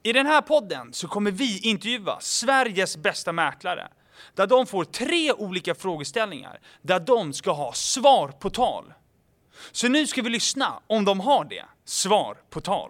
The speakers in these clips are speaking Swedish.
I den här podden så kommer vi intervjua Sveriges bästa mäklare. Där de får 3 olika frågeställningar. Där de ska ha svar på tal. Så nu ska vi lyssna om de har det. Svar på tal.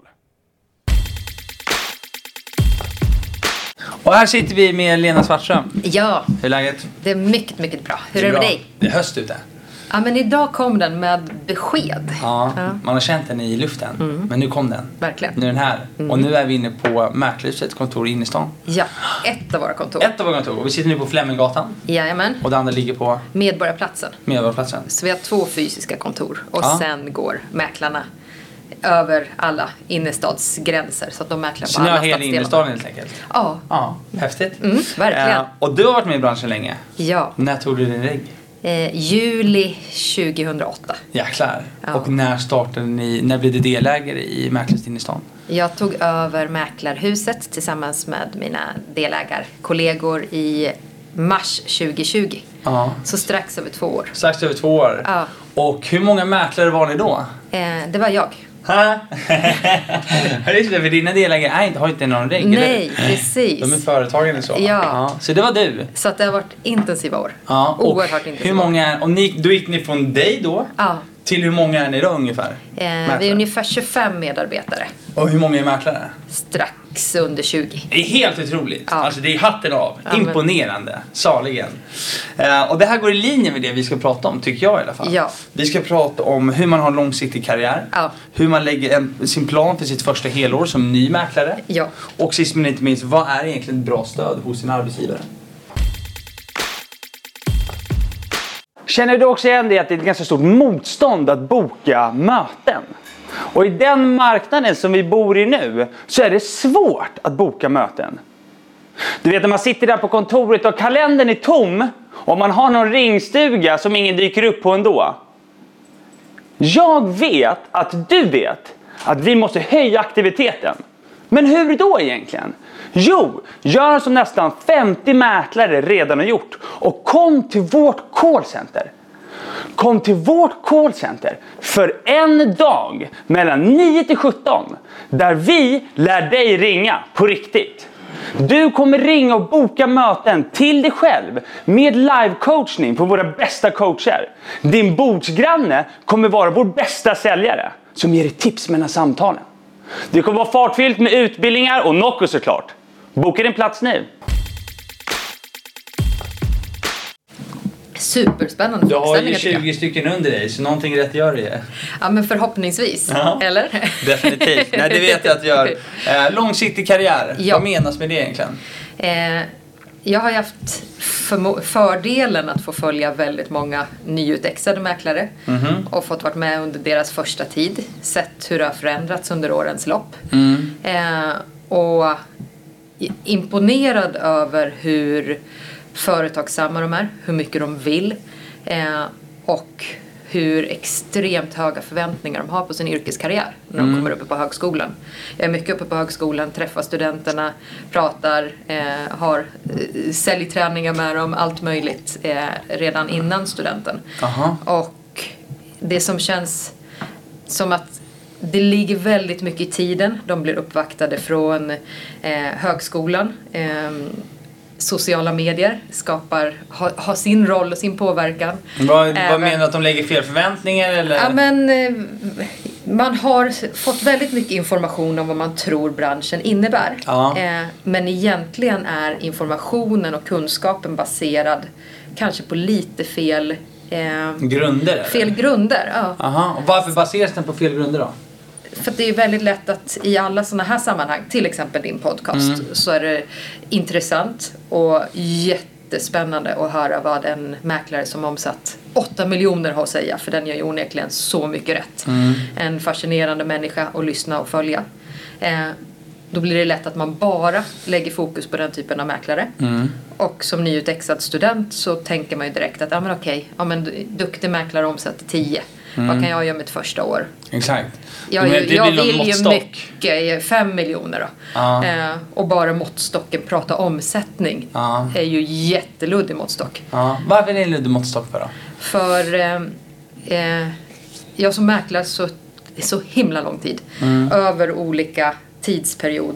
Och här sitter vi med Lena Svartström. Ja. Hur är läget? Det är mycket, mycket bra. Hur är det med dig? Det är höst ute. Ja, men idag kom den med besked. Ja, man har känt den i luften. Men nu kom den. Verkligen. Nu är den här. Och nu är vi inne på Mäklarhusets kontor i innerstan. Ja, ett av våra kontor. Ett av våra kontor. Och vi sitter nu på Fleminggatan. Jajamän. Och det andra ligger på Medborgarplatsen. Så vi har 2 fysiska kontor. Och sen går mäklarna över alla innerstadsgränser. Så att de mäklar på alla stadsdelar. Så ni har hela innerstaden helt enkelt? Ja. Ja, häftigt. Verkligen. Och du har varit med i branschen länge. Ja. När tog du din rigg? Juli 2008. Jäklar. Ja. Och när blev du delägare i Mäklarhuset innerstan? Jag tog över Mäklarhuset tillsammans med mina delägarkollegor i mars 2020. Ja. Så strax över 2 år. Strax över 2 år. Ja. Och hur många mäklare var ni då? Det var jag. För dina delägare har inte någon rigg. Nej, precis. De är företagare så. Ja. Så det var du. Så att det har varit intensiva år. Ja. Och oerhört intensiva. Hur många, och då gick ni från dig då? Ja. Till hur många är ni då ungefär? Vi är ungefär 25 medarbetare. Och hur många är mäklare? Strax under 20. Det är helt otroligt. Ja. Alltså det är hatten av. Ja, imponerande. Saligen. Och det här går i linje med det vi ska prata om, tycker jag i alla fall. Ja. Vi ska prata om hur man har en långsiktig karriär. Ja. Hur man lägger sin plan för sitt första helår som ny mäklare. Ja. Och sist men inte minst, vad är egentligen ett bra stöd hos sin arbetsgivare? Känner du också igen det att det är ett ganska stort motstånd att boka möten? Och i den marknaden som vi bor i nu så är det svårt att boka möten. Du vet när man sitter där på kontoret och kalendern är tom och man har någon ringstuga som ingen dyker upp på ändå. Jag vet att du vet att vi måste höja aktiviteten. Men hur då egentligen? Jo, gör som nästan 50 mäklare redan har gjort och kom till vårt callcenter. Kom till vårt callcenter för en dag mellan 9 till 17 där vi lär dig ringa på riktigt. Du kommer ringa och boka möten till dig själv med live-coachning på våra bästa coacher. Din bordsgranne kommer vara vår bästa säljare som ger dig tips mellan samtalen. Det kommer vara fartfyllt med utbildningar och Nocco såklart. Boka din plats nu. Superspännande. Du har ju 20 stycken under dig, så någonting rätt gör det. Ja, men förhoppningsvis. Ja. Eller? Definitivt. Nej, det vet jag att jag gör. Långsiktig karriär. Ja. Vad menas med det egentligen? Jag har haft fördelen att få följa väldigt många nyutexade mäklare. Och fått varit med under deras första tid. Sett hur det har förändrats under årens lopp. Och imponerad över hur företagsamma de är, hur mycket de vill och hur extremt höga förväntningar de har på sin yrkeskarriär när de kommer uppe på högskolan. Jag är mycket uppe på högskolan, träffar studenterna, pratar, har säljträningar med dem, allt möjligt redan innan studenten. Och det som känns som att det ligger väldigt mycket i tiden. De blir uppvaktade från högskolan. Sociala medier har sin roll och sin påverkan. Vad menar du, att de lägger fel förväntningar eller? Ja, men man har fått väldigt mycket information om vad man tror branschen innebär. Ja. Men egentligen är informationen och kunskapen baserad kanske på lite fel grunder? Eller? Fel grunder, ja. Aha. Och varför baseras den på fel grunder då? För det är väldigt lätt att i alla sådana här sammanhang, till exempel din podcast, så är det intressant och jättespännande att höra vad en mäklare som omsatt 8 miljoner har att säga. För den gör ju onekligen så mycket rätt. En fascinerande människa att lyssna och följa. Då blir det lätt att man bara lägger fokus på den typen av mäklare. Och som nyutexad student så tänker man ju direkt att duktig mäklare omsätter 10. Vad kan jag göra mitt första år? Exakt. Jag vill ju mycket, 5 miljoner då. Och bara måttstocken, prata omsättning, är ju jätteluddig måttstock. Varför är det en luddig måttstock för då? För jag som mäklare så himla lång tid. Över olika tidsperioder.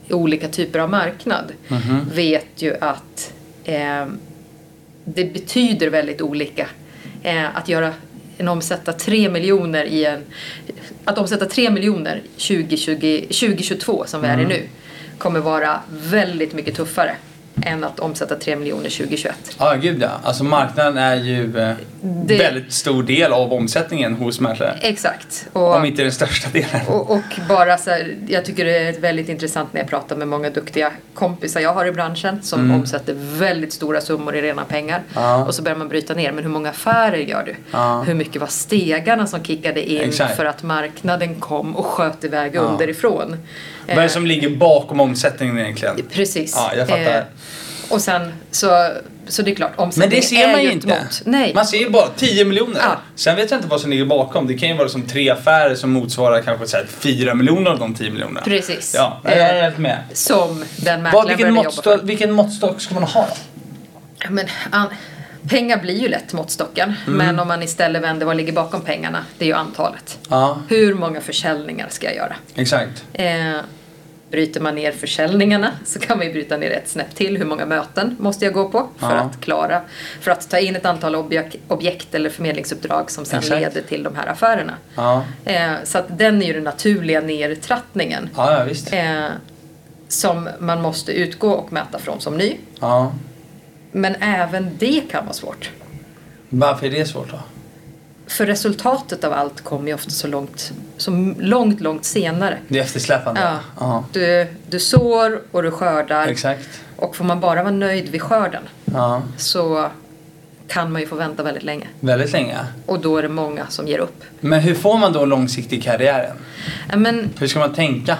olika typer av marknad vet ju att det betyder väldigt olika att göra omsätta 3 miljoner att omsätta 3 miljoner 2022 som vi är i nu kommer vara väldigt mycket tuffare än att omsätta 3 miljoner 2021. Ja, gud ja. Alltså marknaden är ju väldigt stor del av omsättningen hos mäklare. Exakt. Om inte den största delen. Och bara så här, jag tycker det är väldigt intressant när jag pratar med många duktiga kompisar jag har i branschen som omsätter väldigt stora summor i rena pengar. Och så börjar man bryta ner, men hur många affärer gör du? Hur mycket var stegarna som kickade in för att marknaden kom och sköt iväg underifrån? Vad är det som ligger bakom omsättningen egentligen? Precis. Ja, jag fattar. Och sen så det är klart, omsättning. Men det ser man ju inte. Nej. Man ser ju bara 10 miljoner. Ja. Sen vet jag inte vad som ligger bakom. Det kan ju vara som 3 affärer som motsvarar kanske så här 4 miljoner av de 10 miljonerna. Precis. Ja, jag är helt med. Som den mäklaren började jobba för. Vilken måttstock ska man ha? Men pengar blir ju lätt måttstocken. Men om man istället vänder vad ligger bakom pengarna, det är ju antalet. Ja. Hur många försäljningar ska jag göra? Exakt. Bryter man ner försäljningarna så kan man ju bryta ner ett snäpp till. Hur många möten måste jag gå på för att ta in ett antal objekt eller förmedlingsuppdrag som sen leder till de här affärerna. Så att den är ju den naturliga nedtrattningen. Ja, visst. Som man måste utgå och mäta från som ny. Ja. Men även det kan vara svårt. Varför är det svårt då? För resultatet av allt kommer ju ofta så långt senare. Det är eftersläpande. Ja. Du sår och du skördar. Exakt. Och får man bara vara nöjd vid skörden så kan man ju få vänta väldigt länge. Väldigt länge. Och då är det många som ger upp. Men hur får man då långsiktig karriären? Hur ska man tänka?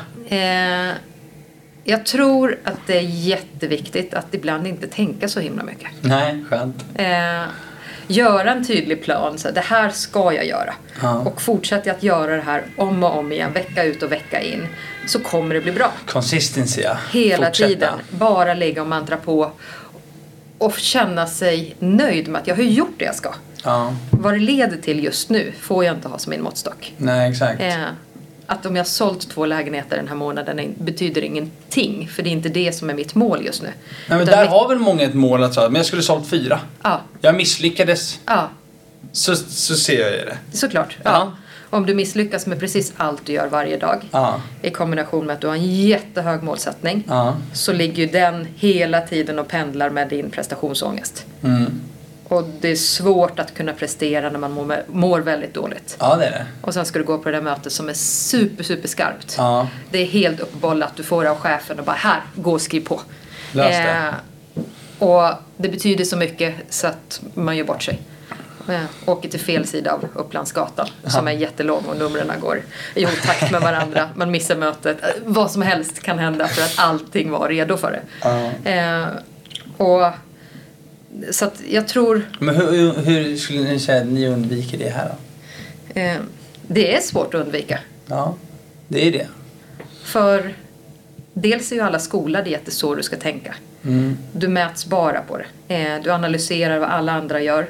Jag tror att det är jätteviktigt att ibland inte tänka så himla mycket. Nej, skönt. Göra en tydlig plan, så det här ska jag göra. Och fortsätter jag att göra det här om och om igen, vecka ut och vecka in, så kommer det bli bra. Consistency, ja. Hela tiden, bara lägga och mantra på och känna sig nöjd med att jag har gjort det jag ska. Vad det leder till just nu får jag inte ha som min måttstock. Nej, exakt. Att om jag har sålt 2 lägenheter den här månaden betyder ingenting. För det är inte det som är mitt mål just nu. Nej, men där har väl många ett mål att säga, men jag skulle sålt 4. Ja. Jag misslyckades. Ja. Så ser jag det. Såklart. Ja. Om du misslyckas med precis allt du gör varje dag. I kombination med att du har en jättehög målsättning. Så ligger ju den hela tiden och pendlar med din prestationsångest. Och det är svårt att kunna prestera när man mår väldigt dåligt. Ja, det är det. Och sen ska du gå på det där mötet som är super skarpt. Det är helt uppbollat. Du får det av chefen och bara här, gå och skriv på. Lös det. Och det betyder så mycket så att man gör bort sig. Åker till fel sida av Upplandsgatan som är jättelång och numren går i otakt med varandra. Man missar mötet. Vad som helst kan hända för att allting var redo för det. Och så att jag tror... Men hur skulle ni säga att ni undviker det här då? Det är svårt att undvika. Ja, det är det. För dels är ju alla skolade i att det är så du ska tänka. Du mäts bara på det. Du analyserar vad alla andra gör.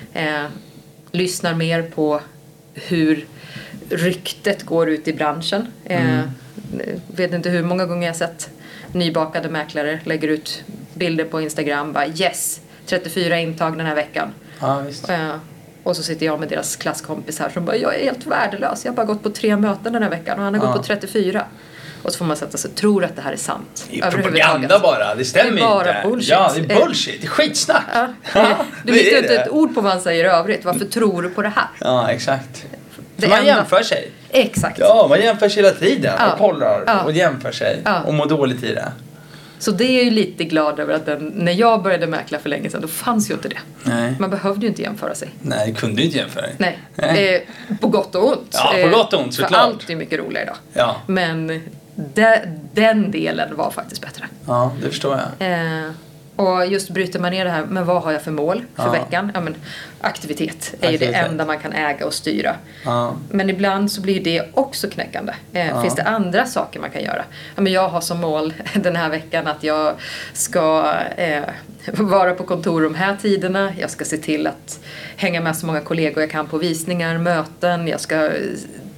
Lyssnar mer på hur ryktet går ut i branschen. Vet inte hur många gånger jag sett nybakade mäklare lägger ut bilder på Instagram. Bara yes, 34 intag den här veckan. Ja, visst. Och så sitter jag med deras klasskompisar som bara, jag är helt värdelös. Jag har bara gått på 3 möten den här veckan och han har gått på 34. Och så får man sätta sig och tro att det här är sant. Det är propaganda bara, det stämmer inte. Det är bara bullshit. Ja, det är bullshit, det är skitsnack. Du vet inte ett ord på vad han säger i övrigt. Varför tror du på det här? Ja, exakt. Man jämför sig. Exakt. Ja, man jämför sig hela tiden och kollar och jämför sig och mår dåligt i det. Så det är ju lite glad över att när jag började mäkla för länge sedan, då fanns ju inte det. Nej. Man behövde ju inte jämföra sig. Nej, det kunde ju inte jämföra. Nej. På gott och ont. Ja, på gott och ont såklart. För allt är mycket roligare idag. Ja. Men den delen var faktiskt bättre. Ja, det förstår jag. Och just bryter man ner det här, men vad har jag för mål för veckan? Ja, men aktivitet är ju det enda man kan äga och styra. Men ibland så blir det också knäckande. Finns det andra saker man kan göra? Ja, men jag har som mål den här veckan att jag ska vara på kontor de här tiderna. Jag ska se till att hänga med så många kollegor jag kan på visningar, möten. Jag ska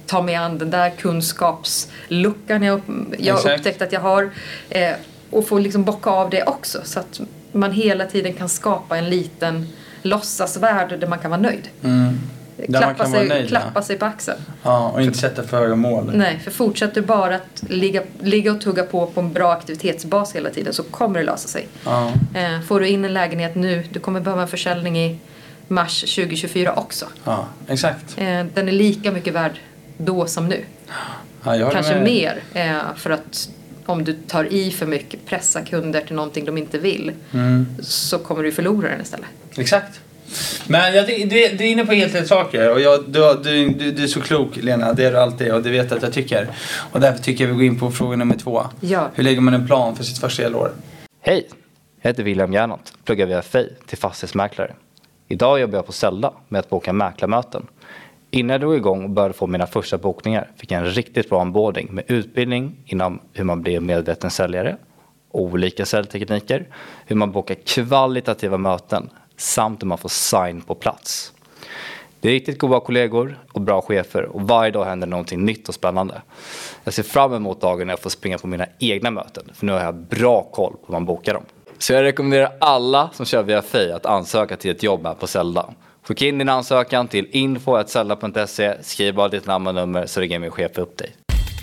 ta mig an den där kunskapsluckan jag har upptäckt att jag har. Och få liksom bocka av det också. Så att man hela tiden kan skapa en liten låtsasvärld där man kan vara nöjd. Klappa sig på axeln. Ja, och inte sätta för höga mål. Nej, för fortsätter du bara att ligga och tugga på en bra aktivitetsbas hela tiden så kommer det lösa sig. Ja. Får du in en lägenhet nu, du kommer behöva en försäljning i mars 2024 också. Ja, exakt. Den är lika mycket värd då som nu. Ja, kanske mer, för att om du tar i för mycket, pressa kunder till någonting de inte vill, så kommer du förlora den istället. Exakt. Men du är inne på helt rätt saker. Och du är så klok, Lena. Det är du alltid, och det vet att jag tycker. Och därför tycker jag vi går in på fråga nummer 2. Ja. Hur lägger man en plan för sitt första helår? Hej, jag heter William Gernandt, pluggar via FEI till fastighetsmäklare. Idag jobbar jag på Zelda med att boka mäklarmöten. Innan jag drog igång och började få mina första bokningar fick jag en riktigt bra onboarding med utbildning inom hur man blir en medveten säljare, olika säljtekniker, hur man bokar kvalitativa möten samt hur man får sign på plats. Det är riktigt goda kollegor och bra chefer och varje dag händer någonting nytt och spännande. Jag ser fram emot dagen när jag får springa på mina egna möten, för nu har jag bra koll på hur man bokar dem. Så jag rekommenderar alla som kör via FEI att ansöka till ett jobb här på Zelda. Skicka in din ansökan till info@zelda.se, skriv bara ditt namn och nummer så ringer min chef upp dig.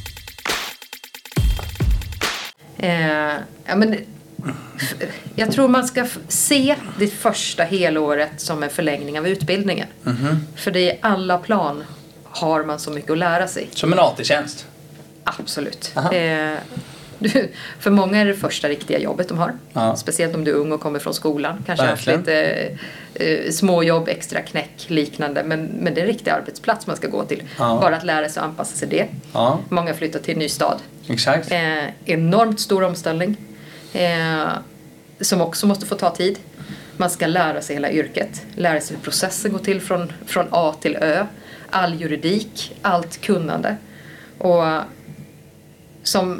Jag tror man ska se det första helåret som en förlängning av utbildningen. För det i alla plan har man så mycket att lära sig. Som en AT-tjänst? Absolut. För många är det första riktiga jobbet de har. Ja. Speciellt om du är ung och kommer från skolan. Kanske haft lite småjobb, extra knäck, liknande. Men det är en riktig arbetsplats man ska gå till. Ja. Bara att lära sig att anpassa sig det. Ja. Många flyttar till en ny stad. Exakt. Enormt stor omställning. Som också måste få ta tid. Man ska lära sig hela yrket. Lära sig hur processen går till från A till Ö. All juridik, allt kunnande. Och som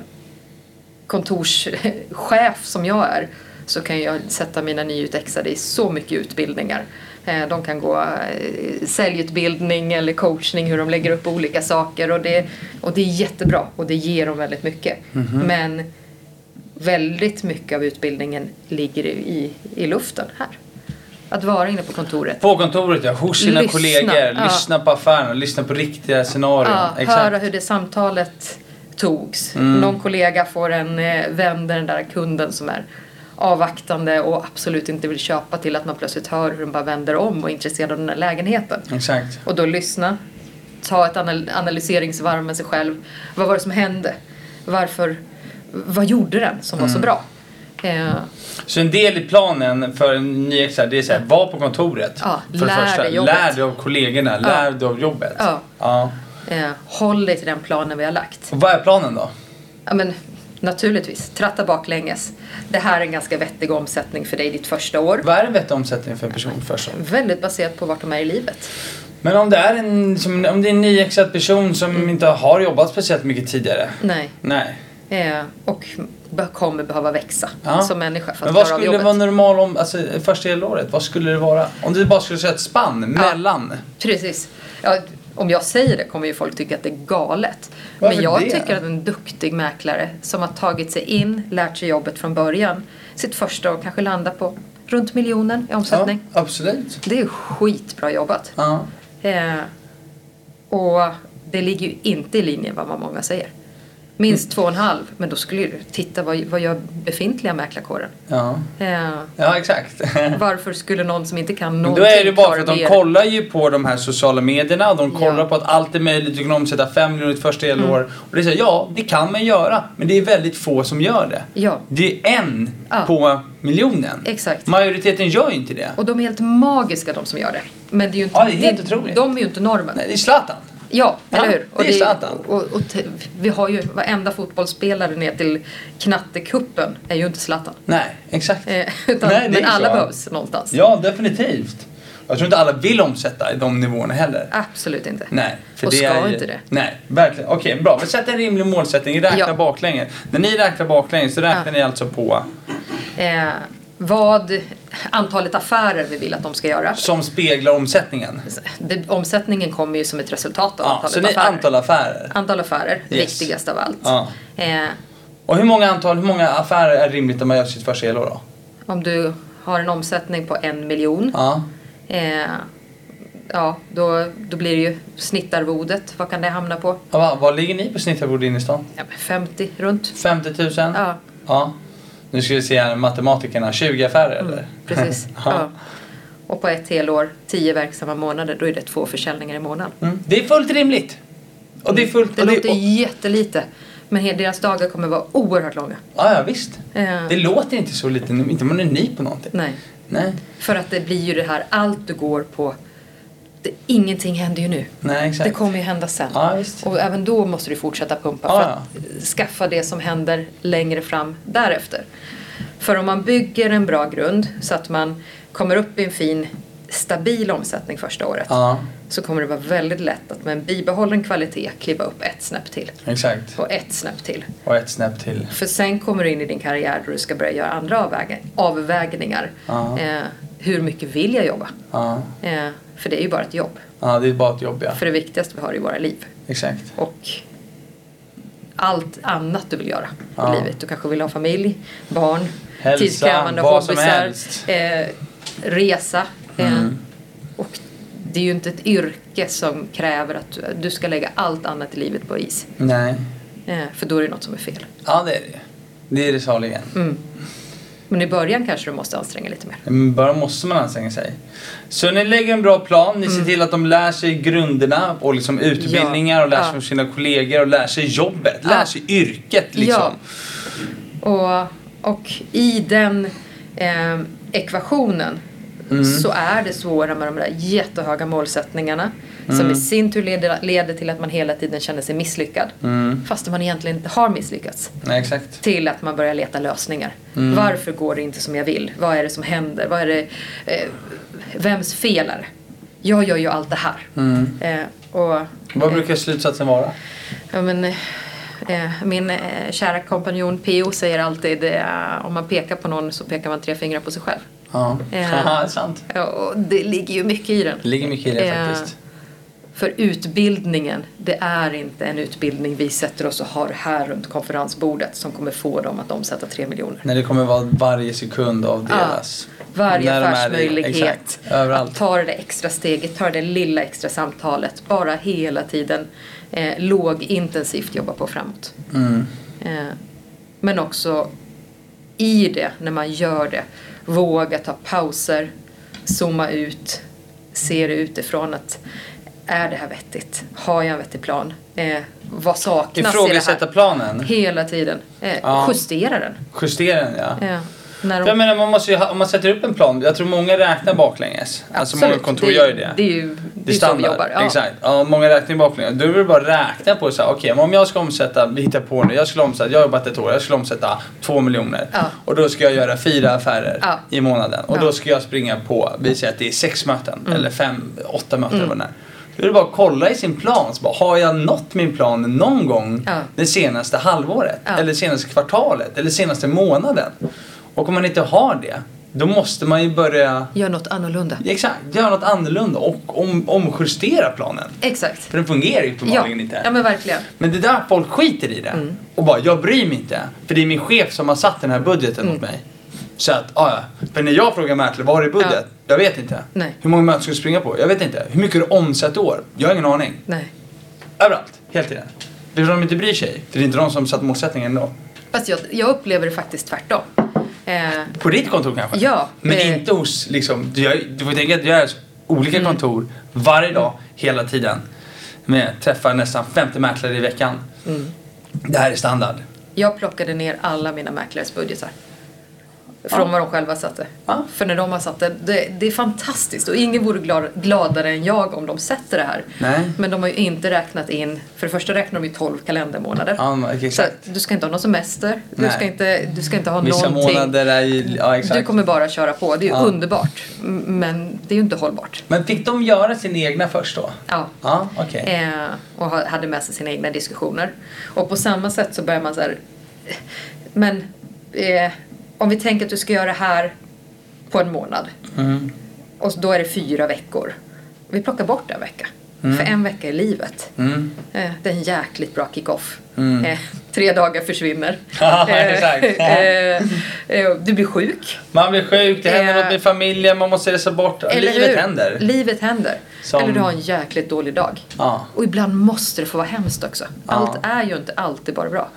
kontorschef som jag är, så kan jag sätta mina nyutexade i så mycket utbildningar. De kan gå säljutbildning eller coachning, hur de lägger upp olika saker, och det är jättebra och det ger dem väldigt mycket. Men väldigt mycket av utbildningen ligger i luften här. Att vara inne på kontoret. På kontoret, ja. Hos sina kollegor. Lyssna på affärerna. Lyssna på riktiga scenarion. Ja, exakt. Höra hur det samtalet togs. Någon kollega får en vän, den där kunden som är avvaktande och absolut inte vill köpa, till att man plötsligt hör hur de bara vänder om och är intresserad av den här lägenheten. Exakt. Och då lyssna. Ta ett analyseringsvarv med sig själv. Vad var det som hände? Vad gjorde den som var så bra? Så en del i planen för en ny extra, det är så här, var på kontoret. Ja, för det första, lär dig av kollegorna, lär dig av jobbet. Ja. Håll dig till den planen vi har lagt. Och vad är planen då? Ja, men naturligtvis, tratta baklänges. Det här är en ganska vettig omsättning för dig ditt första år. Vad är en vettig omsättning för en person först? Väldigt baserat på vart de är i livet. Men om det är en nyexad person som inte har jobbat speciellt mycket tidigare? Nej. Och kommer behöva växa som människa för att men vad klara av skulle det vara normal första helåret? Vad skulle det vara? Om du bara skulle säga ett spann mellan? Precis. Ja, om jag säger det kommer ju folk tycka att det är galet. Varför men jag det? tycker att en duktig mäklare som har tagit sig in, lärt sig jobbet från början, sitt första år kanske landar på runt 1 miljon i omsättning. Ja, absolut. Det är skitbra jobbat. Och det ligger ju inte i linje med vad många säger. Minst 2,5, men då skulle du titta vad gör befintliga mäklarkåren. Ja, exakt. Varför skulle någon som inte kan någonting? Då är det bara för att de kollar ju på de här sociala medierna, och de kollar på att allt är möjligt, du kan omsätta 5 miljoner i ett första helår. Och det säger det kan man göra, men det är väldigt få som gör det. Ja. Det är en på miljonen. Exakt. Majoriteten gör ju inte det. Och de är helt magiska, de som gör det. Men det är ju inte, det är helt otroligt. De är ju inte normen. Nej, det är Zlatan. Ja, eller hur? Det är Zlatan. Och vi har ju varenda fotbollsspelare ner till knattekuppen är ju inte Zlatan. Nej, exakt. Men alla behövs någonstans. Ja, definitivt. Jag tror inte alla vill omsätta i de nivåerna heller. Absolut inte. Nej, för och det ska är inte det. Nej, verkligen. Okej, bra. Men sätt en rimlig målsättning. Räkna baklänges. När ni räknar baklänges så räknar ni alltså på... Vad antalet affärer vi vill att de ska göra. Som speglar omsättningen. Omsättningen kommer ju som ett resultat av Så antalet det är affärer. antal affärer. Viktigast av allt. Ja. Eh, Och hur många affärer är rimligt om man gör sitt första elår då? om du har en omsättning på 1 miljon. Ja. Då blir det ju snittarvodet. Vad kan det hamna på? Vad ligger ni på snittarvod inne i stan? 50 runt. 50 000? Ja. Nu ska vi se här, matematikerna. 20 affärer eller? Precis. Ja. Och på ett helår, 10 verksamma månader, då är det 2 försäljningar i månaden. Det är fullt rimligt. Och det är fullt... Det låter jättelite. Men deras dagar kommer vara oerhört långa. Ja, visst. Det låter inte så lite, inte man är ny på någonting. Nej. För att det blir ju det här, allt du går på, ingenting händer ju nu. Nej, exakt. Det kommer ju hända sen. Ja, visst. Och även då måste du fortsätta pumpa för att skaffa det som händer längre fram därefter. För om man bygger en bra grund så att man kommer upp i en fin stabil omsättning första året, så kommer det vara väldigt lätt att med en bibehållen kvalitet kliva upp ett snäpp till. Exakt. Och ett snäpp till. Och ett snäpp till. För sen kommer du in i din karriär då du ska börja göra andra avvägningar. Hur mycket vill jag jobba? För det är ju bara ett jobb. Ja, det är bara ett jobb, ja. För det viktigaste vi har i våra liv. Exakt. Och allt annat du vill göra i livet. Du kanske vill ha familj, barn, hälsa, tidskrävande hobbysar, resa. Och det är ju inte ett yrke som kräver att du ska lägga allt annat i livet på is. Nej. För då är det något som är fel. Ja, det är det. Det är det saligen. Men i början kanske du måste anstränga lite mer. Bara måste man anstränga sig. Så ni lägger en bra plan. Ni ser till att de lär sig grunderna och liksom utbildningar och lär sig från sina kollegor och lär sig jobbet. Lär sig yrket liksom. Och i den ekvationen så är det svåra med de där jättehöga målsättningarna som i sin tur leder till att man hela tiden känner sig misslyckad. Fast man egentligen inte har misslyckats. Nej, exakt. Till att man börjar leta lösningar. Varför går det inte som jag vill? Vad är det som händer? Vad är det, vems fel är det? Jag gör ju allt det här. Vad brukar slutsatsen vara? Ja, men, min kära kompanjon P.O. säger alltid om man pekar på någon så pekar man 3 fingrar på sig själv. Ja, det är sant. Och det ligger ju mycket i den. Det ligger mycket i det faktiskt. För utbildningen, det är inte en utbildning vi sätter oss och har här runt konferensbordet som kommer få dem att omsätta 3 miljoner. Nej, det kommer vara varje sekund av deras. Varje affärsmöjlighet. Överallt. Att ta det extra steget, ta det lilla extra samtalet. Bara hela tiden lågintensivt jobba på framåt. Men också i det, när man gör det, våga ta pauser, zooma ut, se det utifrån att är det här vettigt? Har jag en vettig plan? Vad saknas i det här? Ifrågasätta planen. Hela tiden. Justera den. Justera den, ja. Jag menar, man måste ju om man sätter upp en plan. Jag tror många räknar baklänges. Alltså många kontor gör ju det. Det är ju standard. Så vi jobbar. Ja. Exakt. Ja, många räknar baklänges. Då är det bara att räkna på så här. Okej, om jag ska omsätta, vi hittar på nu. Jag har jobbat ett år. Jag skulle omsätta 2 miljoner. Ja. Och då ska jag göra 4 affärer i månaden. Och då ska jag springa på, vi säger att det är 6 möten. Eller 5-8 möten eller vad det är. Då är det bara att kolla i sin plan. Så bara, har jag nått min plan någon gång det senaste halvåret? Eller senaste kvartalet? Eller senaste månaden? Och om man inte har det, då måste man ju börja... Gör något annorlunda. Exakt, gör något annorlunda och omjustera planen. Exakt. För den fungerar ju uppenbarligen inte. Ja, men verkligen. Men det där folk skiter i det. Och bara, jag bryr mig inte. För det är min chef som har satt den här budgeten åt mig. Så att, för när jag frågar mäklare, vad har du i budget? Jag vet inte. Nej. Hur många möten ska du springa på? Jag vet inte. Hur mycket du omsätter år? Jag har ingen aning. Nej. Överallt, helt tiden. Det är för de inte bryr sig. För det är inte de som satt målsättningen ändå. Fast jag upplever det faktiskt tvärtom. På ditt kontor kanske? Ja. Men inte hos, liksom, du får tänka att du gör olika kontor varje dag, hela tiden. Träffar nästan 50 mäklare i veckan. Det här är standard. Jag plockade ner alla mina mäklares budgetar. Från vad de själva satte. För när de har satt det är fantastiskt. Och ingen vore gladare än jag om de sätter det här. Nej. Men de har ju inte räknat in. För det första räknar de ju 12 kalendermånader. Exakt. Så du ska inte ha någon semester. Du ska inte ha vissa någonting. Månader är ju, exakt. Du kommer bara köra på. Det är ju underbart. Men det är ju inte hållbart. Men fick de göra sin egna först då? Ja. Okej. Och hade med sig sina egna diskussioner. Och på samma sätt så börjar man så här. Men... om vi tänker att du ska göra det här på en månad. Och då är det 4 veckor. Vi plockar bort en vecka. För en vecka i livet. Det är en jäkligt bra kick-off. 3 dagar försvinner. Exakt. Du blir sjuk. Man blir sjuk, det händer något med familjen, man måste resa bort. Livet händer. Livet händer. Eller du har en jäkligt dålig dag. Och ibland måste det få vara hemskt också. Allt är ju inte alltid bara bra.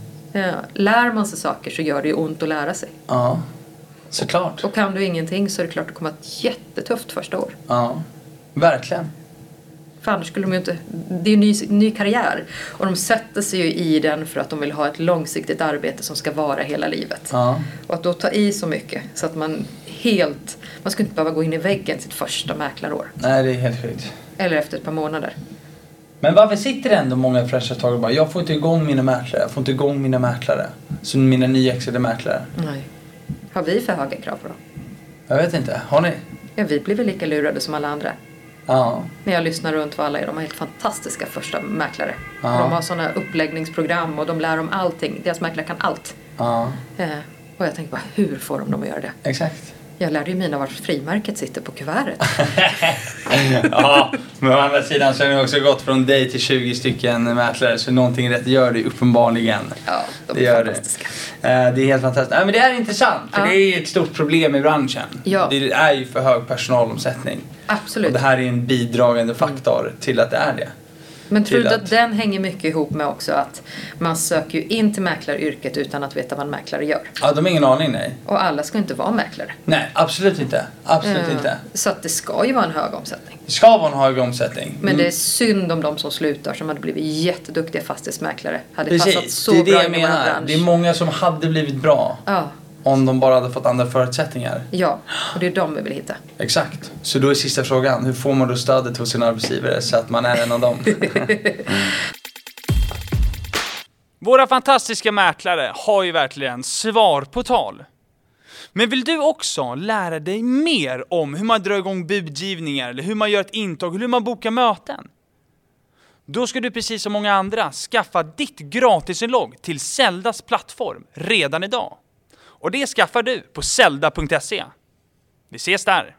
Lär man sig saker så gör det ju ont att lära sig. Ja, såklart. Och kan du ingenting så är det klart att det kommer att vara jättetufft första år. Ja, verkligen. För annars skulle de ju inte... Det är ju ny karriär. Och de sätter sig ju i den för att de vill ha ett långsiktigt arbete som ska vara hela livet. Och att då ta i så mycket så att man man ska inte behöva gå in i väggen sitt första mäklarår. Nej, det är helt sjukt. Eller efter ett par månader. Men varför sitter det ändå många franchisetagare och bara jag får inte igång mina mäklare, Så mina nyexade mäklare. Nej. Har vi för höga krav på dem? Jag vet inte, har ni? Ja, vi blir väl lika lurade som alla andra. Ja. När jag lyssnar runt vad alla är, de har helt fantastiska första mäklare. Och de har sådana uppläggningsprogram och de lär om allting. Deras mäklare kan allt. Och jag tänker bara, hur får de dem att göra det? Exakt. Jag lärde ju mina vart frimärket sitter på kuvertet. Ja, men å andra sidan så har ni också gått från dig till 20 stycken mäklare. Så någonting rätt gör det uppenbarligen. Ja, de är fantastiska. Det är helt fantastiskt. Men det är intressant, för det är ett stort problem i branschen. Ja. Det är ju för hög personalomsättning. Absolut. Och det här är en bidragande faktor till att det är det. Men tror du att den hänger mycket ihop med också att man söker ju in till mäklaryrket utan att veta vad en mäklare gör? Ja, de har ingen aning, nej. Och alla ska inte vara mäklare. Nej, absolut inte. Absolut inte. Så att det ska ju vara en hög omsättning. Det ska vara en hög omsättning. Men det är synd om de som slutar som hade blivit jätteduktiga fastighetsmäklare. Hade Precis, passat så det är det bra jag i vår menar. bransch. Det är många som hade blivit bra. Ja. Om de bara hade fått andra förutsättningar. Ja, och det är de vi vill hitta. Exakt. Så då är sista frågan, hur får man då stödet hos sin arbetsgivare så att man är en av dem? Våra fantastiska mäklare har ju verkligen svar på tal. Men vill du också lära dig mer om hur man drar igång budgivningar eller hur man gör ett intag, hur man bokar möten? Då ska du precis som många andra skaffa ditt gratisinlogg till Zeldas plattform redan idag. Och det skaffar du på zelda.se. Vi ses där!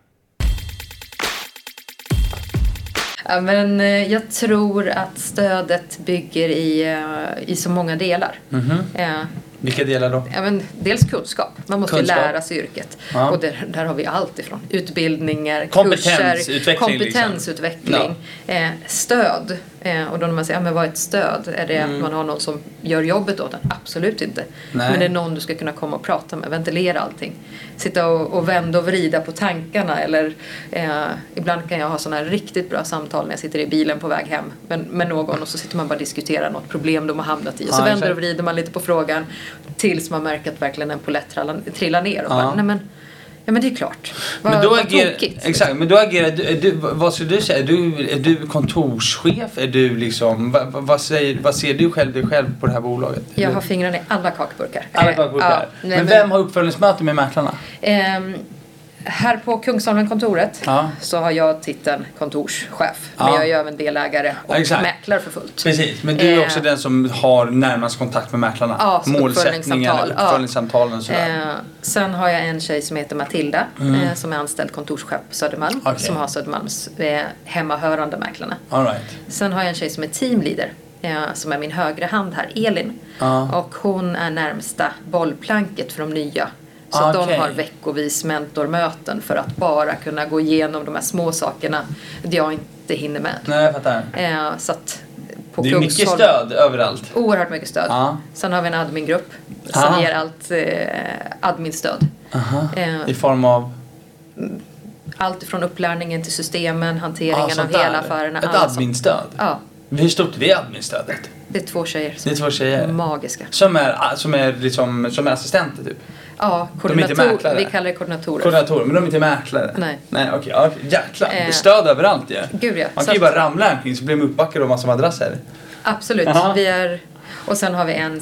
Ja, men jag tror att stödet bygger i så många delar. Vilka delar då? Ja, men dels kunskap. Man måste lära sig yrket. Ja. Och där har vi allt ifrån utbildningar, Kompetensutveckling, kurser, kompetensutveckling, stöd. Och då när man säger, men vad är ett stöd? Är det att man har någon som gör jobbet åt en? Absolut inte. Nej. Men det är någon du ska kunna komma och prata med, ventilera allting. Sitta och vända och vrida på tankarna. Eller ibland kan jag ha sådana här riktigt bra samtal när jag sitter i bilen på väg hem med någon. Och så sitter man bara och diskuterar något problem de har hamnat i. Och så vänder och vrider man lite på frågan tills man märker att verkligen en polett trillar ner. Och bara, nej men det är klart. Men då tokigt. Exakt, men då agerar du, vad skulle du säga? Är du kontorschef? Är du liksom, vad ser du själv på det här bolaget? Jag har fingrarna i alla kakburkar. Alla kakburkar. Men vem har uppföljningsmöte med mäklarna? Här på Kungsholmen-kontoret så har jag titeln kontorschef. Men jag är ju även delägare och mäklare för fullt. Precis, men du är också den som har närmast kontakt med mäklarna. Ja, målsättningar, uppföljningssamtalen och sådär. Sen har jag en tjej som heter Matilda som är anställd kontorschef på Södermalm. Som har Södermalms hemmahörande mäklarna. All right. Sen har jag en tjej som är teamleader. Som är min högra hand här, Elin. Och hon är närmsta bollplanket för de nya. Så att de har veckovis mentormöten för att bara kunna gå igenom de här små sakerna det jag inte hinner med. Nej, jag fattar. Så att på det är mycket stöd överallt. Oerhört mycket stöd. Sen har vi en admingrupp som ger allt adminstöd. I form av? Allt från upplärningen till systemen, hanteringen av hela affärerna. Ett adminstöd? Ja. Hur stort är det adminstödet? Det är 2 tjejer. Det är 2 tjejer? Magiska. Som är assistenter typ? Ja, koordinatorer. Vi kallar det koordinatorer. Koordinatorer, men de är inte mäklare? Nej, okej. Jäklar. Stöd överallt ju. Gud, ja. Man kan ju bara ramla omkring så blir de uppbackade av massa madrasser. Absolut. Och sen har vi en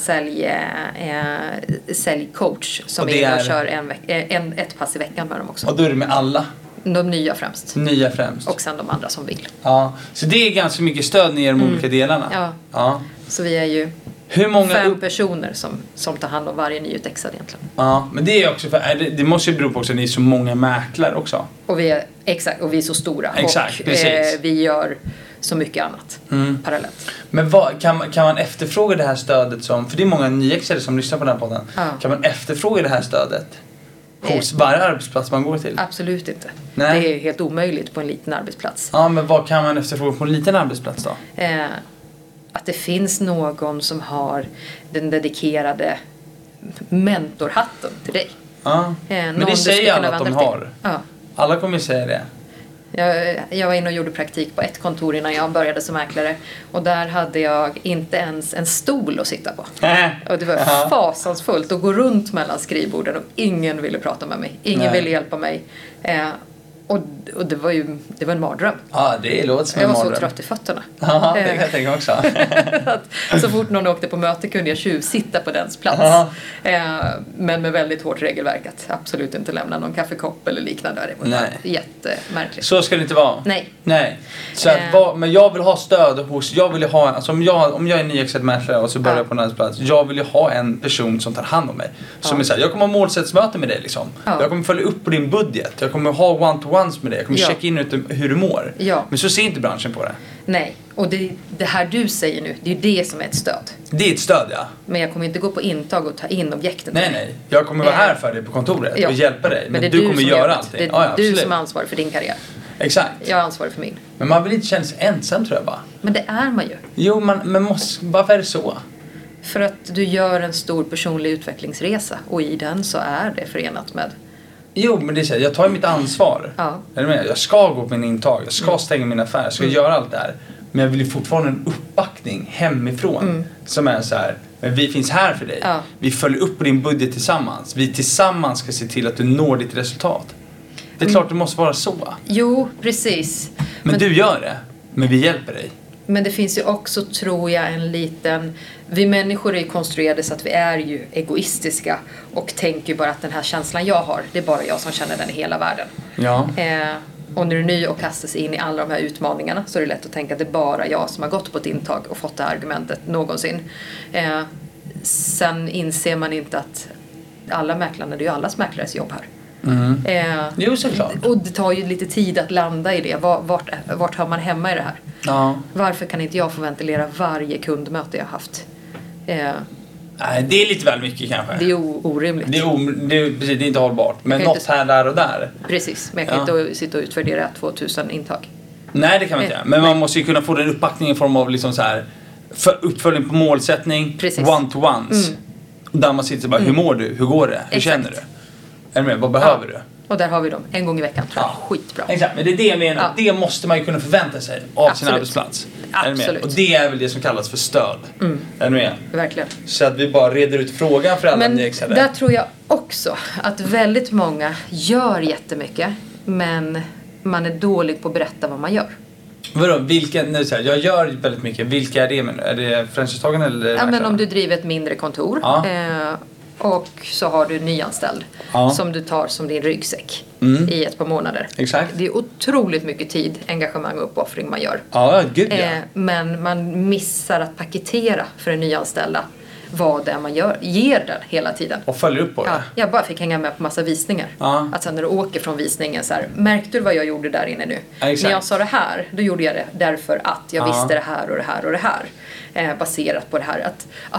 säljcoach som är och kör ett pass i veckan med dem också. Och då är det med alla? De nya främst. Och sen de andra som vill. Ja, så det är ganska mycket stöd ner i de olika delarna. Ja. Så vi är ju Hur många 5 personer som tar hand om varje nyutexad egentligen. Ja, men det är också det måste ju bero på också att ni är så många mäklare också. Och vi är så stora. Exakt, och precis. Vi gör så mycket annat parallellt. Men kan man efterfråga det här stödet för det är många nyexade som lyssnar på den här podden. Ja. Kan man efterfråga det här stödet hos varje arbetsplats man går till? Absolut inte. Nej. Det är helt omöjligt på en liten arbetsplats. Ja, men vad kan man efterfråga på en liten arbetsplats då? Att det finns någon som har den dedikerade mentorhatten till dig. Ja. Men det säger alla att de har. Ja. Alla kommer ju säga det. Jag var inne och gjorde praktik på ett kontor innan jag började som mäklare. Och där hade jag inte ens en stol att sitta på. Och det var fasansfullt att gå runt mellan skrivborden och ingen ville prata med mig. Ingen ville hjälpa mig. Och det var en mardröm. Ja, det låter som en mardröm. Jag var så trött i fötterna. Ja, det kan jag tänka också. Så fort någon åkte på möte kunde jag sitta på dens plats. Men med väldigt hårt regelverk att absolut inte lämna någon kaffekopp eller liknande. Det var jättemärkligt. Så ska det inte vara. Nej. Så men jag vill ha stöd alltså om jag är nyexad mäklare och så börjar jag på en arbetsplats. Jag vill ju ha en person som tar hand om mig. Som är så här, jag kommer ha målsättsmöte med dig liksom. Jag kommer följa upp på din budget. Jag kommer ha one-to-ones med dig. Jag kommer checka in hur du mår. Men så ser inte branschen på det. Nej, och det här du säger nu, det är ju det som är ett stöd. Det är ett stöd, ja. Men jag kommer inte gå på intag och ta in objekten. Nej. Jag kommer vara här för dig på kontoret och hjälpa dig. Men du kommer göra allting. Det är du som är ansvarig för din karriär. Exakt. Jag är ansvarig för min. Men man vill inte känna sig ensam, tror jag bara. Men det är man ju. Jo, men varför är det så? För att du gör en stor personlig utvecklingsresa. Och i den så är det förenat med... Jo, men det är så här, jag tar mitt ansvar. Ja. Jag ska gå på min intag, jag ska stänga min affär, jag ska göra allt det här. Men jag vill ju fortfarande en uppbackning hemifrån. Som är så här, men vi finns här för dig. Ja. Vi följer upp på din budget tillsammans. Vi tillsammans ska se till att du når ditt resultat. Det är klart det måste vara så. Jo, precis. Men du gör det, men vi hjälper dig. Men det finns ju också, tror jag, en liten... Vi människor är ju konstruerade så att vi är ju egoistiska och tänker bara att den här känslan jag har, det är bara jag som känner den i hela världen. Ja. Och när du är ny och kastar sig in i alla de här utmaningarna så är det lätt att tänka att det är bara jag som har gått på ett intag och fått det här argumentet någonsin. Sen inser man inte att alla mäklarna, det är ju allas mäklares jobb här. Jo, såklart. Och det tar ju lite tid att landa i det. Vart har man hemma i det här? Ja. Varför kan inte jag få ventilera varje kundmöte jag har haft? Nej, det är lite väl mycket kanske. Det är orimligt. Det är inte hållbart. Men något här, där och där. Precis, men jag kan inte sitta och utvärdera 2000 intag. Nej, det kan man inte göra. Men man måste ju kunna få den uppbackningen i form av liksom så här, uppföljning på målsättning, one-to-ones. Där man sitter och bara, hur mår du? Hur går det? Hur känner du? Är du med? Vad behöver du? Och där har vi dem. En gång i veckan, tror jag. Skitbra. Exakt, men det är det jag menar. Ja. Det måste man ju kunna förvänta sig av sin arbetsplats. Absolut. Och det är väl det som kallas för stöd. Är du med? Verkligen. Så att vi bara reder ut frågan för alla nyexade. Men där tror jag också att väldigt många gör jättemycket, men man är dålig på att berätta vad man gör. Vadå? Jag gör väldigt mycket. Vilka är det? Är det franchisetagarna eller? Ja, men om du driver ett mindre kontor. Ja. Och så har du nyanställd som du tar som din ryggsäck i ett par månader. Exakt. Det är otroligt mycket tid, engagemang och uppoffring man gör. Ja, gud ja. Men man missar att paketera för en nyanställda vad det är man ger den hela tiden. Och följer upp på det. Ja, jag bara fick hänga med på massa visningar. Ja. Att sen när du åker från visningen så här, märkte du vad jag gjorde där inne nu? Ja, när jag sa det här, då gjorde jag det därför att jag visste det här och det här och det här. Baserat på det här att,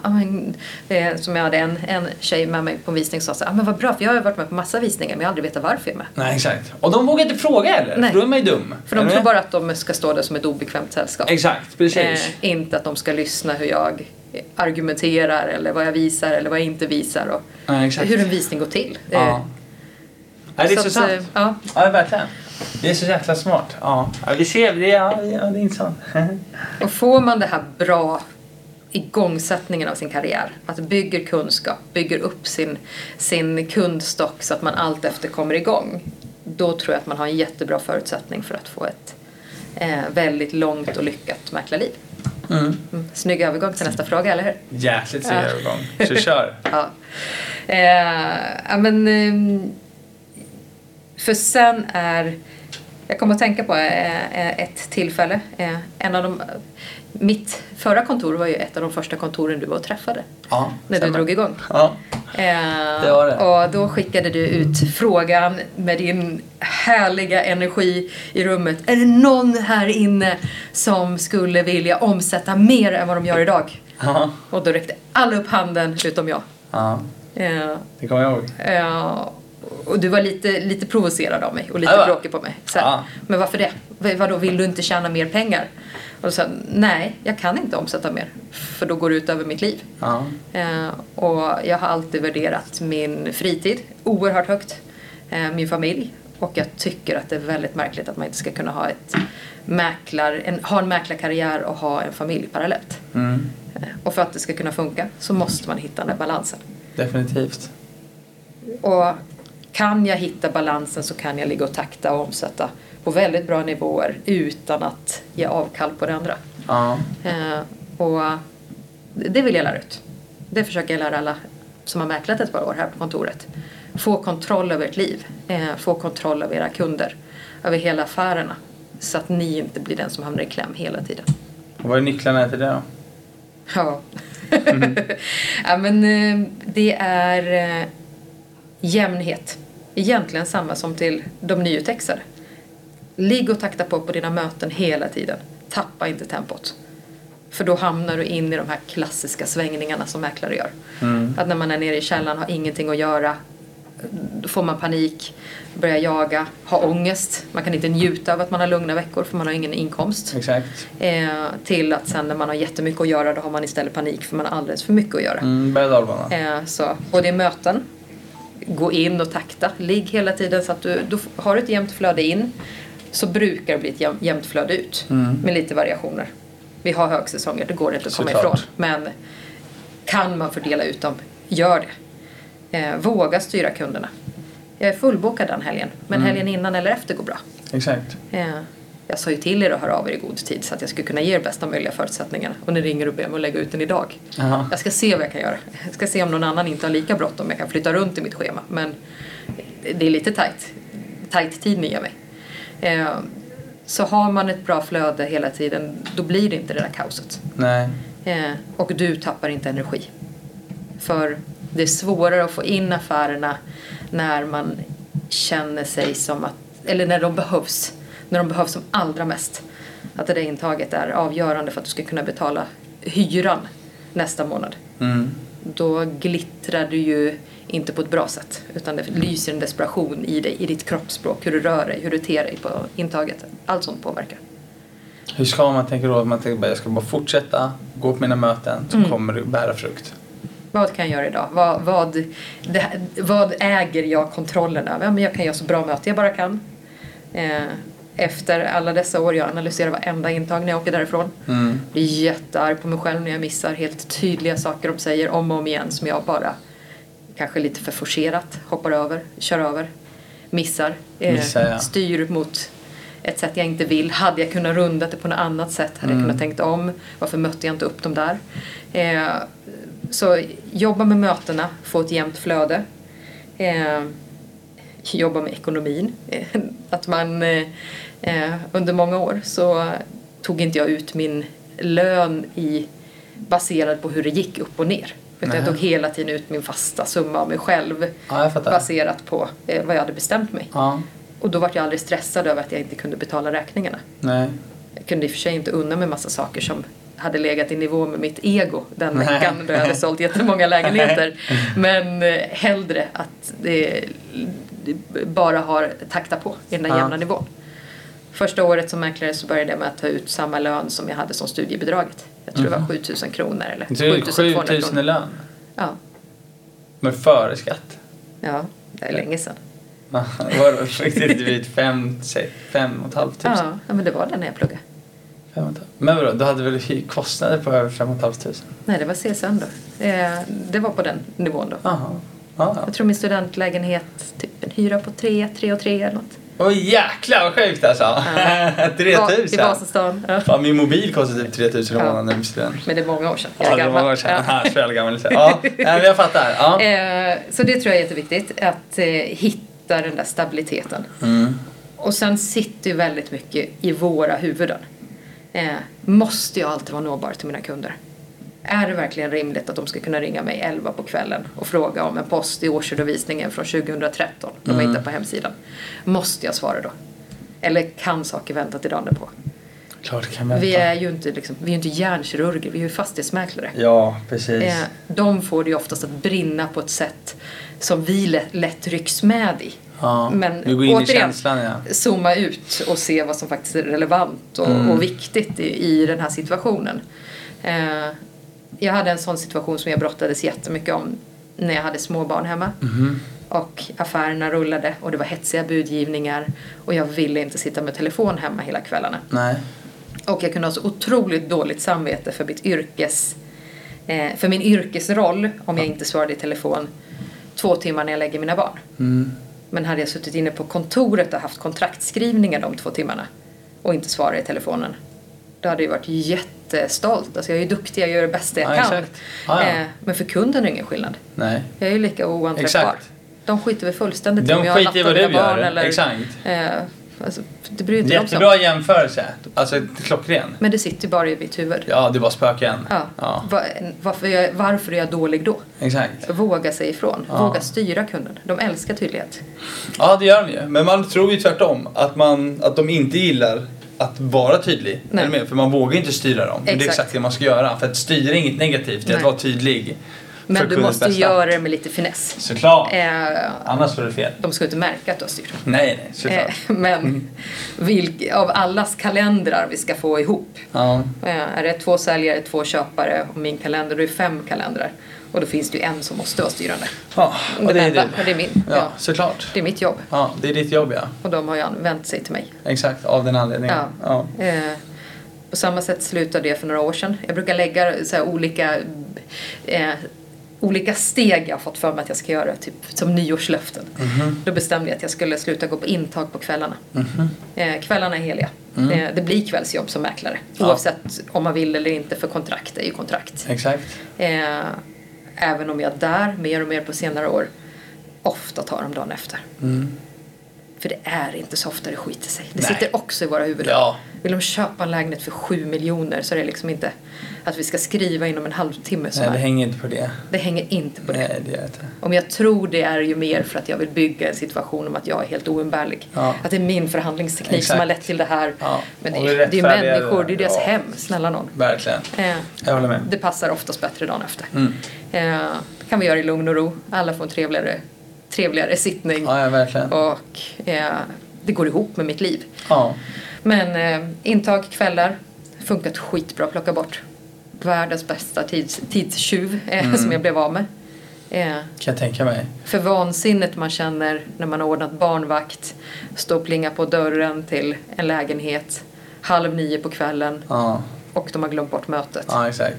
som jag hade en tjej med mig på en visning som sa, men vad bra, för jag har varit med på massa visningar men jag har aldrig vetat varför jag är med. Nej, exakt. Och de vågar inte fråga heller, för då är man ju dum. För de tror bara att de ska stå där som ett obekvämt sällskap. Exakt, precis. Inte att de ska lyssna hur jag argumenterar eller vad jag visar eller vad jag inte visar och hur en visning går till. Ja. Det är så sant. Ja, verkligen. Det är så jäkla smart. Ja, vi ser det. Ja, det är intressant. Och får man det här bra igångsättningen av sin karriär, att bygger kunskap, bygger upp sin kundstock så att man allt efter kommer igång, då tror jag att man har en jättebra förutsättning för att få ett väldigt långt och lyckat mäklarliv. Snygg övergång till nästa fråga, eller hur? Jäkligt snygg övergång. Så kör. För sen är Jag kommer att tänka på ett tillfälle. Mitt förra kontor var ju ett av de första kontoren du var och träffade. Ja, när du drog igång. Ja, det var det. Och då skickade du ut frågan med din härliga energi i rummet. Är det någon här inne som skulle vilja omsätta mer än vad de gör idag? Ja. Och då räckte alla upp handen utom jag. Ja, det kommer jag ihåg. Och du var lite provocerad av mig och lite bråkig på mig. Så här, men varför det? Vadå, vill du inte tjäna mer pengar? Och så nej, jag kan inte omsätta mer. För då går det ut över mitt liv. Och jag har alltid värderat min fritid oerhört högt. Min familj. Och jag tycker att det är väldigt märkligt att man inte ska kunna ha ha en mäklarkarriär och ha en familj parallellt. Och för att det ska kunna funka så måste man hitta den där balansen. Definitivt. Och kan jag hitta balansen så kan jag ligga och takta och omsätta på väldigt bra nivåer utan att ge avkall på det andra. Och det vill jag lära ut. Det försöker jag lära alla som har mäklat ett par år här på kontoret. Få kontroll över ert liv. Få kontroll över era kunder. Över hela affärerna. Så att ni inte blir den som hamnar i kläm hela tiden. Och vad är nycklarna till det då? Ja. Ja, men det är jämnhet. Egentligen samma som till de nyutexade. Ligg och takta på dina möten hela tiden. Tappa inte tempot. För då hamnar du in i de här klassiska svängningarna som mäklare gör. Att när man är nere i källaren har ingenting att göra. Då får man panik, börjar jaga, ha ångest. Man kan inte njuta av att man har lugna veckor för man har ingen inkomst. Exakt. Till att sen när man har jättemycket att göra då har man istället panik för man har alldeles för mycket att göra. Så både i möten, gå in och takta, ligg hela tiden så att du har ett jämnt flöde in. Så brukar det bli ett jämnt flöde ut med lite variationer. Vi har högsäsonger, det går inte att komma ifrån. Men kan man fördela ut dem, gör det. Våga styra kunderna. Jag är fullbokad den helgen, men helgen innan eller efter går bra. Exakt. Jag sa ju till er att höra av er i god tid så att jag skulle kunna ge er bästa möjliga förutsättningarna. Och ni ringer och ber mig att lägga ut den idag. Jag ska se vad jag kan göra. Jag ska se om någon annan inte har lika bråttom. Jag kan flytta runt i mitt schema. Men det är lite tajt tid ni ger mig. Så har man ett bra flöde hela tiden, då blir det inte det där kaoset. Nej. Och du tappar inte energi. För det är svårare att få in affärerna när man känner sig som att, eller när de behövs som allra mest. Att det där intaget är avgörande för att du ska kunna betala hyran nästa månad. Då glittrar du ju inte på ett bra sätt. Utan det lyser en desperation i dig, i ditt kroppsspråk. Hur du rör dig, hur du ter dig på intaget. Allt sånt påverkar. Hur ska man tänka då? Man tänker bara, jag ska bara fortsätta gå på mina möten så kommer det bära frukt. Vad kan jag göra idag? Vad äger jag kontrollen över? Men jag kan göra så bra möte jag bara kan. Efter alla dessa år jag analyserar varenda intag när jag åker därifrån. Blir jättearg på mig själv när jag missar helt tydliga saker de säger om och om igen som jag bara kanske lite för forcerat hoppar över, kör över, missar. Styr mot ett sätt jag inte vill. Hade jag kunnat runda det på något annat sätt? Hade jag kunnat tänkt om? Varför mötte jag inte upp dem där? Så jobba med mötena, få ett jämnt flöde. Jobba med ekonomin. Att man under många år så tog inte jag ut min lön baserad på hur det gick upp och ner. Utan jag tog hela tiden ut min fasta summa av mig själv baserat på vad jag hade bestämt mig. Och då var jag aldrig stressad över att jag inte kunde betala räkningarna. Nej. Jag kunde i och för sig inte unna med massa saker som hade legat i nivå med mitt ego den veckan då jag hade sålt jättemånga lägenheter. Men hellre att det bara har takta på i den där jämna nivån. Första året som mäklare så började jag med att ta ut samma lön som jag hade som studiebidraget. Jag tror det var 7 000 kronor eller 7 200 kronor i lön? Ja. Men före skatt? Ja, det är länge sedan. Var det riktigt drygt 5 500? Ja, men det var det när jag pluggade. 500. Men vadå, du hade väl kostnader på över 500? Nej, det var CSN då. Det var på den nivån då. Ja. Jag tror min studentlägenhet typ en hyra på 3 och 3 eller något. Åh jäklar vad sjukt alltså. 3000. I Vasastan. Ja. Fan, min mobil kostar typ 3000 i månaden när jag student. Men det är många år sedan. Ja, det är många år sedan. Så jävla gammal. Ja, jag fattar. Ja. Så det tror jag är jätteviktigt. Att hitta den där stabiliteten. Och sen sitter ju väldigt mycket i våra huvuden. Måste jag alltid vara nåbar till mina kunder? Är det verkligen rimligt att de ska kunna ringa mig 11 på kvällen och fråga om en post i årsredovisningen från 2013? De hittar på hemsidan. Måste jag svara då? Eller kan saker vänta till dagen därpå? Klart det kan vänta. Vi är ju inte hjärnkirurger, vi är ju fastighetsmäklare. Ja, precis. De får det ju oftast att brinna på ett sätt som vi lätt rycks med i. Ja, men du går in återigen, i känslan, ja. Zooma ut och se vad som faktiskt är relevant och viktigt i den här situationen. Jag hade en sån situation som jag brottades jättemycket om när jag hade små barn hemma. Och affärerna rullade och det var hetsiga budgivningar. Och jag ville inte sitta med telefon hemma hela kvällarna. Nej. Och jag kunde ha så otroligt dåligt samvete för för min yrkesroll om jag inte svarade i telefon 2 timmar när jag lägger mina barn. Men hade jag suttit inne på kontoret och haft kontraktskrivningar de 2 timmarna och inte svarat i telefonen, då hade jag varit jättestolt. Alltså jag är ju duktig, jag gör det bästa jag kan. Men för kunden är det ingen skillnad. Nej. Jag är ju lika oanträffbar. Exakt. De skiter väl fullständigt de om jag skiter i vad du gör. Eller, exakt. Alltså, det bryr inte jättebra jämförelse. Alltså klockren. Men det sitter bara i mitt huvud. Ja, det var spöken. Ja. Varför är jag dålig då? Exakt. Våga sig ifrån. Våga styra kunden. De älskar tydlighet. Ja, det gör de ju. Men man tror ju tvärtom. Att de inte gillar att vara tydlig. Eller för man vågar inte styra dem. Det är exakt det man ska göra. För att styra är inget negativt. Det är att vara tydlig. Men du måste göra det med lite finess. Såklart. Annars får det fel. De ska inte märka att du har styrt. Nej, såklart. Men av allas kalendrar vi ska få ihop. Är det 2 säljare, 2 köpare och min kalender, då är det 5 kalendrar. Och då finns det ju en som måste vara styrande. Ja, och det är du. Och det är min. Ja, såklart. Det är mitt jobb. Ja, det är ditt jobb, ja. Och de har ju vänt sig till mig. Exakt, av den anledningen. Ja. På samma sätt slutade det för några år sedan. Jag brukar lägga så här olika steg jag har fått för mig att jag ska göra, typ som nyårslöften. Då bestämde jag att jag skulle sluta gå på intag på kvällarna. Kvällarna är heliga. Det blir kvällsjobb som mäklare. Oavsett om man vill eller inte, för kontrakt är ju kontrakt. Exakt. Även om jag där mer och mer på senare år ofta tar dem dagen efter. För det är inte så ofta det skiter sig. Det sitter också i våra huvuden. Ja. Vill de köpa en lägenhet för 7 miljoner så är det liksom inte att vi ska skriva inom en halvtimme. Nej, det hänger inte på det. Det hänger inte på det. Nej, det är inte. Om jag tror det är ju mer för att jag vill bygga en situation om att jag är helt oumbärlig. Att det är min förhandlingsteknik som har lett till det här. Men det är ju människor, det är deras hem. Snälla någon. Verkligen. Jag håller med. Det passar oftast bättre dagen efter. Det kan vi göra i lugn och ro. Alla får en trevligare sittning. Ja, verkligen. Och det går ihop med mitt liv. Ja. Men intag kvällar funkat skitbra att plocka bort. Världens bästa tidstjuv som jag blev av med. Kan jag tänka mig. För vansinnet man känner när man har ordnat barnvakt, stå och plinga på dörren till en lägenhet 8:30 på kvällen och de har glömt bort mötet. Ja, exakt.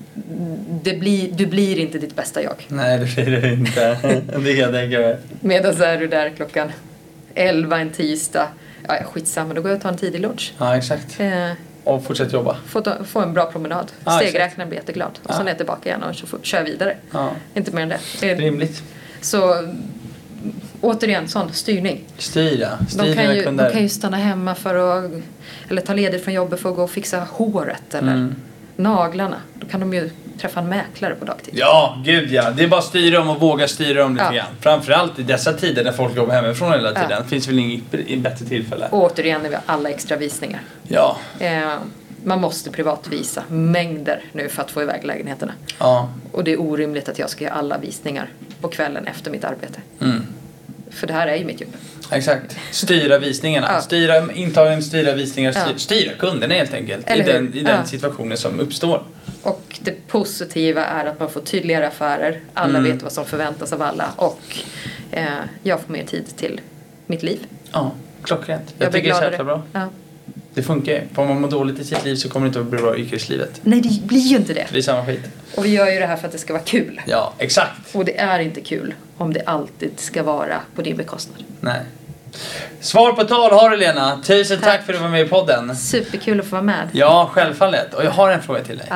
Du blir inte ditt bästa jag. Nej, det blir det inte. Det kan jag tänka mig. Medan så är du där klockan 11 en tisdag. Ja, skitsamma, då går jag och tar en tidig lunch. Ja, exakt. Och fortsätt jobba. Få en bra promenad. Stegräknaren blir jätteglad. Och sen är jag tillbaka igen och kör jag vidare. Inte mer än det. Rimligt. Så återigen, sån styrning. Styra de kan ju stanna hemma eller ta ledigt från jobbet för att gå och fixa håret eller naglarna. Då kan de ju träffa en mäklare på dagtid. Ja, gud ja. Det är bara styra dem och våga styra dem lite grann. Framförallt i dessa tider när folk jobbar hemifrån hela tiden. Finns väl inget bättre tillfälle. Och återigen är vi alla extra visningar. Ja. Man måste privatvisa mängder nu för att få iväg lägenheterna. Ja. Och det är orimligt att jag ska göra alla visningar på kvällen efter mitt arbete. För det här är ju mitt jobb. Exakt. Styra visningarna. Styra intagning, styra visningar. Styra kunderna helt enkelt. I den situationen som uppstår. Och det positiva är att man får tydligare affärer. Alla vet vad som förväntas av alla. Och jag får mer tid till mitt liv. Ja, klockrent. Jag tycker det är så bra. Ja. Det funkar ju. Får man må dåligt i sitt liv så kommer det inte att bli bra i yrkeslivet. Nej, det blir ju inte det. Det är samma skit. Och vi gör ju det här för att det ska vara kul. Ja, exakt. Och det är inte kul om det alltid ska vara på din bekostnad. Nej. Svar på tal har du, Lena. Tusen tack för att du var med i podden. Superkul att få vara med. Ja, självfallet. Och jag har en fråga till dig.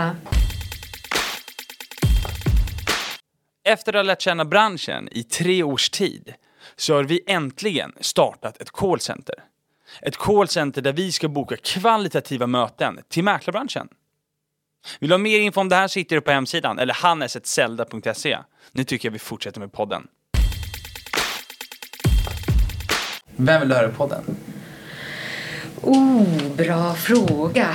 Efter att ha lärt känna branschen i 3 års tid så har vi äntligen startat ett callcenter. Ett callcenter där vi ska boka kvalitativa möten till mäklarbranschen. Vill du ha mer info om det här så hittar du på hemsidan eller hannes@zelda.se. Nu tycker jag vi fortsätter med podden. Vem vill du höra i podden? Bra fråga.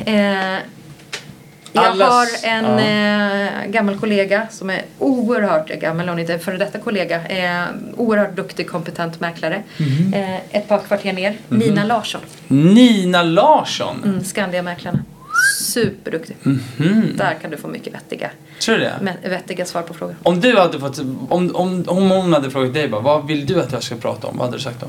Jag har en gammal kollega som är oerhört gammal, och inte en före detta kollega. Oerhört duktig, kompetent mäklare. Ett par kvarter ner. Nina Larsson. Nina Larsson? Skandia-mäklarna. Superduktig. Där kan du få mycket vettiga svar på frågor. Om du hade fått, om hon hade frågat dig bara, vad vill du att jag ska prata om? Vad hade du sagt då?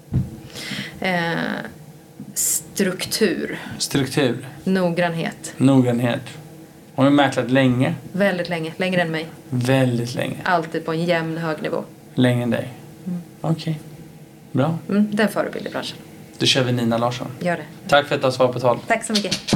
Struktur. Noggrannhet. Hon har mäklat länge. Väldigt länge. Längre än mig. Väldigt länge. Alltid på en jämn hög nivå. Längre än dig. Okej. Bra. Den förebild i branschen. Då kör vi Nina Larsson. Gör det. Tack för att du har svarat på tal. Tack så mycket.